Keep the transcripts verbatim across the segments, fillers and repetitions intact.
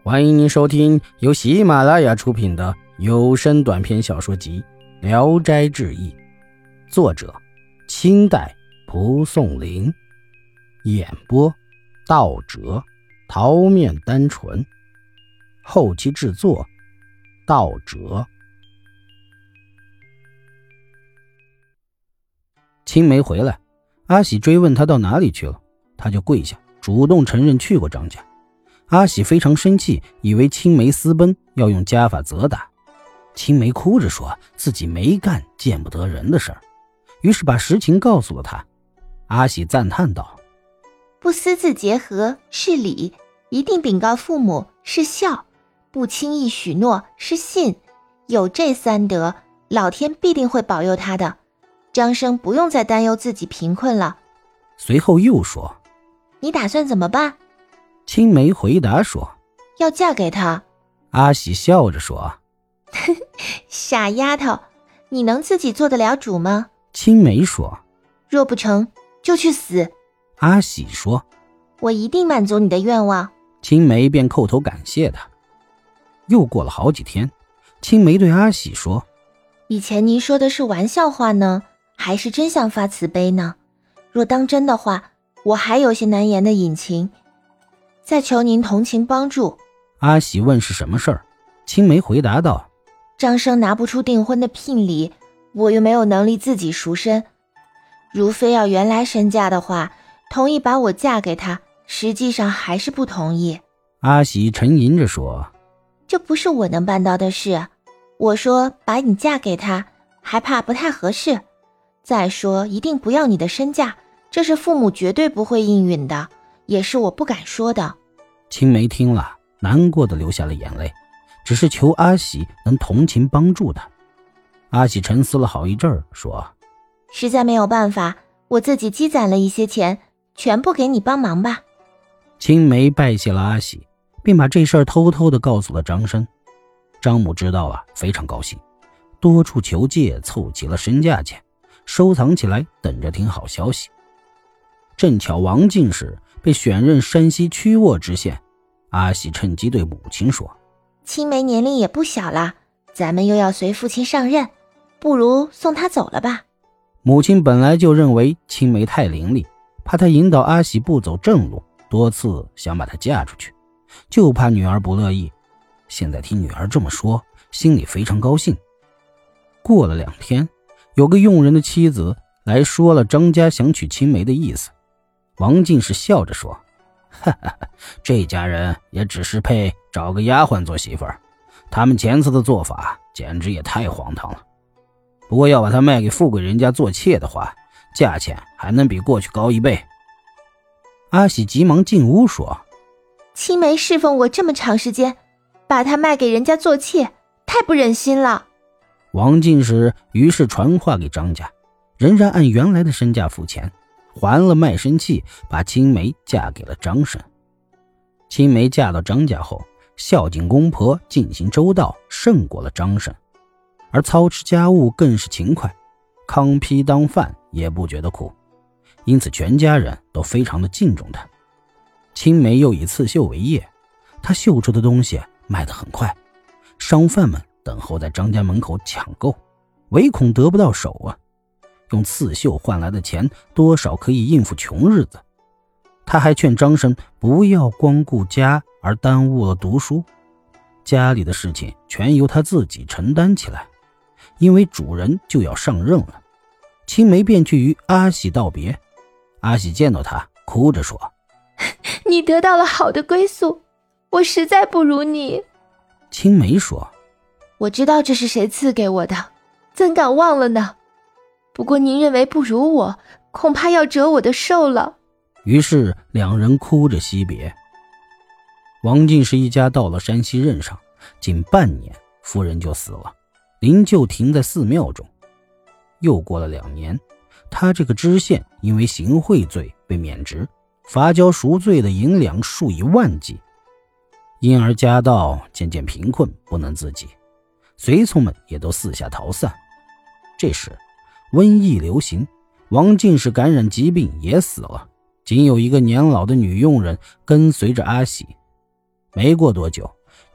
欢迎您收听由喜马拉雅出品的有声短篇小说集《聊斋志异》，作者清代蒲松龄，演播道哲、桃面单纯，后期制作道哲。青梅回来，阿喜追问他到哪里去了，他就跪下主动承认去过张家。阿喜非常生气，以为青梅私奔，要用家法责打。青梅哭着说自己没干见不得人的事儿，于是把实情告诉了他。阿喜赞叹道： 不私自结合是礼，一定禀告父母是孝，不轻易许诺是信，有这三德，老天必定会保佑他的。张生不用再担忧自己贫困了。 随后又说： 你打算怎么办？ 青梅回答说： 要嫁给他。 阿喜笑着说： 傻丫头，你能自己做得了主吗？ 青梅说： 若不成就去死。 阿喜说： 我一定满足你的愿望。 青梅便叩头感谢他。又过了好几天，青梅对阿喜说： 以前您说的是玩笑话呢，还是真想发慈悲呢？若当真的话，我还有些难言的隐情，再求您同情帮助。 阿喜问是什么事儿，青梅回答道： 张生拿不出订婚的聘礼，我又没有能力自己赎身，如非要原来身价的话，同意把我嫁给他，实际上还是不同意。 阿喜沉吟着说： 这不是我能办到的事，我说把你嫁给他，还怕不太合适。再说一定不要你的身价，这是父母绝对不会应允的，也是我不敢说的。 青梅听了，难过的流下了眼泪，只是求阿喜能同情帮助他。阿喜沉思了好一阵儿，说： 实在没有办法，我自己积攒了一些钱，全部给你帮忙吧。 青梅拜谢了阿喜，并把这事儿偷偷的告诉了张生。张母知道了，非常高兴，多处求借，凑齐了身价钱，收藏起来，等着听好消息。正巧王进士被选任山西曲沃知县，阿喜趁机对母亲说： 青梅年龄也不小了，咱们又要随父亲上任，不如送他走了吧。 母亲本来就认为青梅太伶俐，怕她引导阿喜不走正路，多次想把她嫁出去，就怕女儿不乐意。现在听女儿这么说，心里非常高兴。过了两天，有个佣人的妻子来说了张家想娶青梅的意思。王进士笑着说：哈哈，这家人也只是配找个丫鬟做媳妇儿，他们前次的做法简直也太荒唐了。不过要把她卖给富贵人家做妾的话，价钱还能比过去高一倍。阿喜急忙进屋说： 青梅侍奉我这么长时间，把她卖给人家做妾，太不忍心了。 王进士于是传话给张家，仍然按原来的身价付钱，还了卖身契，把青梅嫁给了张生。青梅嫁到张家后，孝敬公婆，进行周到，胜过了张生，而操持家务更是勤快，糠坯当饭也不觉得苦，因此全家人都非常的敬重她。青梅又以刺绣为业，她绣出的东西卖得很快，商贩们等候在张家门口抢购，唯恐得不到手啊。用刺绣换来的钱多少可以应付穷日子。他还劝张生不要光顾家而耽误了读书，家里的事情全由他自己承担起来，因为主人就要上任了。青梅便去与阿喜道别，阿喜见到他哭着说： 你得到了好的归宿，我实在不如你。 青梅说： 我知道这是谁赐给我的，怎敢忘了呢？不过您认为不如我，恐怕要折我的寿了。 于是两人哭着惜别。王进士一家到了山西任上，仅半年，夫人就死了，灵柩停在寺庙中。又过了两年，他这个知县因为行贿罪被免职，罚交赎罪的银两数以万计，因而家道渐渐贫困，不能自给，随从们也都四下逃散。这时瘟疫流行，王进士感染疾病也死了，仅有一个年老的女佣人跟随着阿喜。没过多久，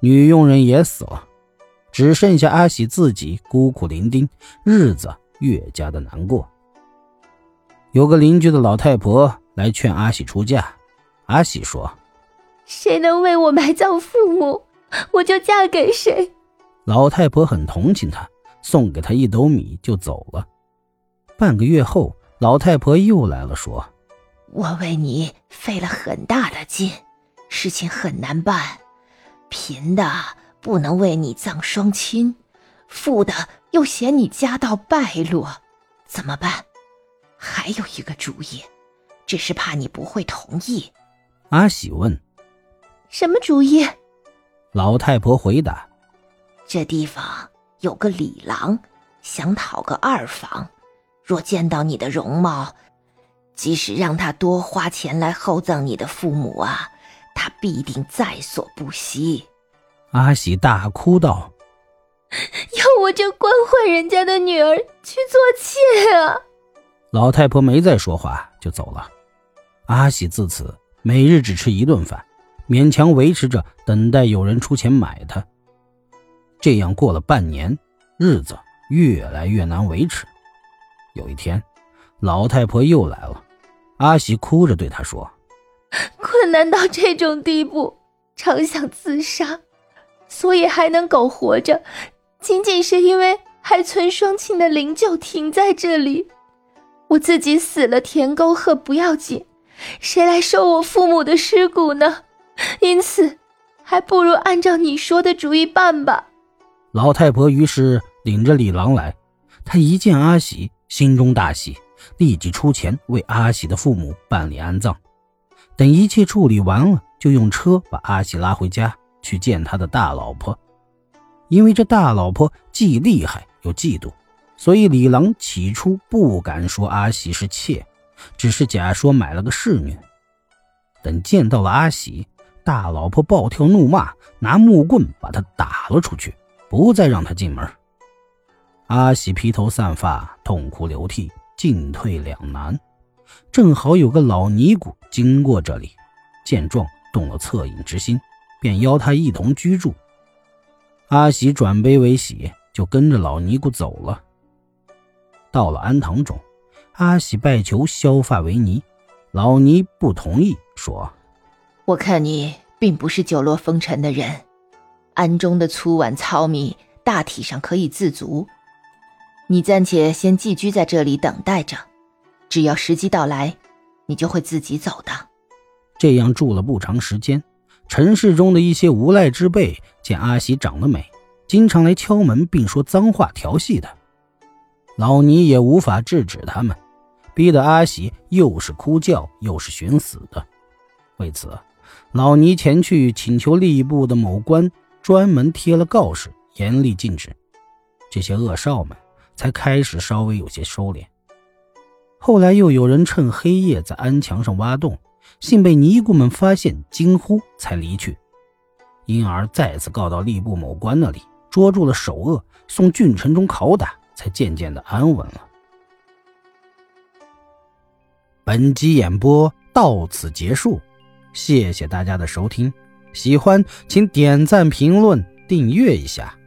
女佣人也死了，只剩下阿喜自己孤苦伶仃，日子越加的难过。有个邻居的老太婆来劝阿喜出嫁，阿喜说： 谁能为我埋葬父母，我就嫁给谁。 老太婆很同情她，送给她一斗米就走了。半个月后，老太婆又来了，说： 我为你费了很大的劲，事情很难办，贫的不能为你葬双亲，富的又嫌你家道败落，怎么办？还有一个主意，只是怕你不会同意。 阿喜问： 什么主意？ 老太婆回答： 这地方有个李郎，想讨个二房，若见到你的容貌，即使让他多花钱来厚葬你的父母啊，他必定在所不惜。 阿喜大哭道： 要我这官宦人家的女儿去做妾啊！ 老太婆没再说话就走了。阿喜自此每日只吃一顿饭，勉强维持着等待有人出钱买它。这样过了半年，日子越来越难维持。有一天，老太婆又来了，阿喜哭着对她说： 困难到这种地步，常想自杀，所以还能苟活着，仅仅是因为还存双亲的灵柩停在这里。我自己死了填沟壑不要紧，谁来收我父母的尸骨呢？因此还不如按照你说的主意办吧。 老太婆于是领着李郎来，她一见阿喜心中大喜，立即出钱为阿喜的父母办理安葬。等一切处理完了，就用车把阿喜拉回家去见他的大老婆。因为这大老婆既厉害又嫉妒，所以李郎起初不敢说阿喜是妾，只是假说买了个侍女。等见到了阿喜，大老婆暴跳怒骂，拿木棍把他打了出去，不再让他进门。阿喜披头散发，痛哭流涕，进退两难。正好有个老尼姑经过这里，见状动了恻隐之心，便邀他一同居住。阿喜转悲为喜，就跟着老尼姑走了。到了庵堂中，阿喜拜求削发为尼，老尼不同意，说： 我看你并不是久落风尘的人，庵中的粗碗糙米大体上可以自足，你暂且先寄居在这里等待着，只要时机到来，你就会自己走的。 这样住了不长时间，尘世中的一些无赖之辈见阿喜长得美，经常来敲门并说脏话调戏他。老尼也无法制止他们，逼得阿喜又是哭叫又是寻死的。为此，老尼前去请求吏部的某官，专门贴了告示，严厉禁止。这些恶少们才开始稍微有些收敛。后来又有人趁黑夜在庵墙上挖洞，幸被尼姑们发现惊呼，才离去，因而再次告到吏部某官那里，捉住了首恶，送郡城中拷打，才渐渐的安稳了。本集演播到此结束，谢谢大家的收听，喜欢请点赞评论订阅一下。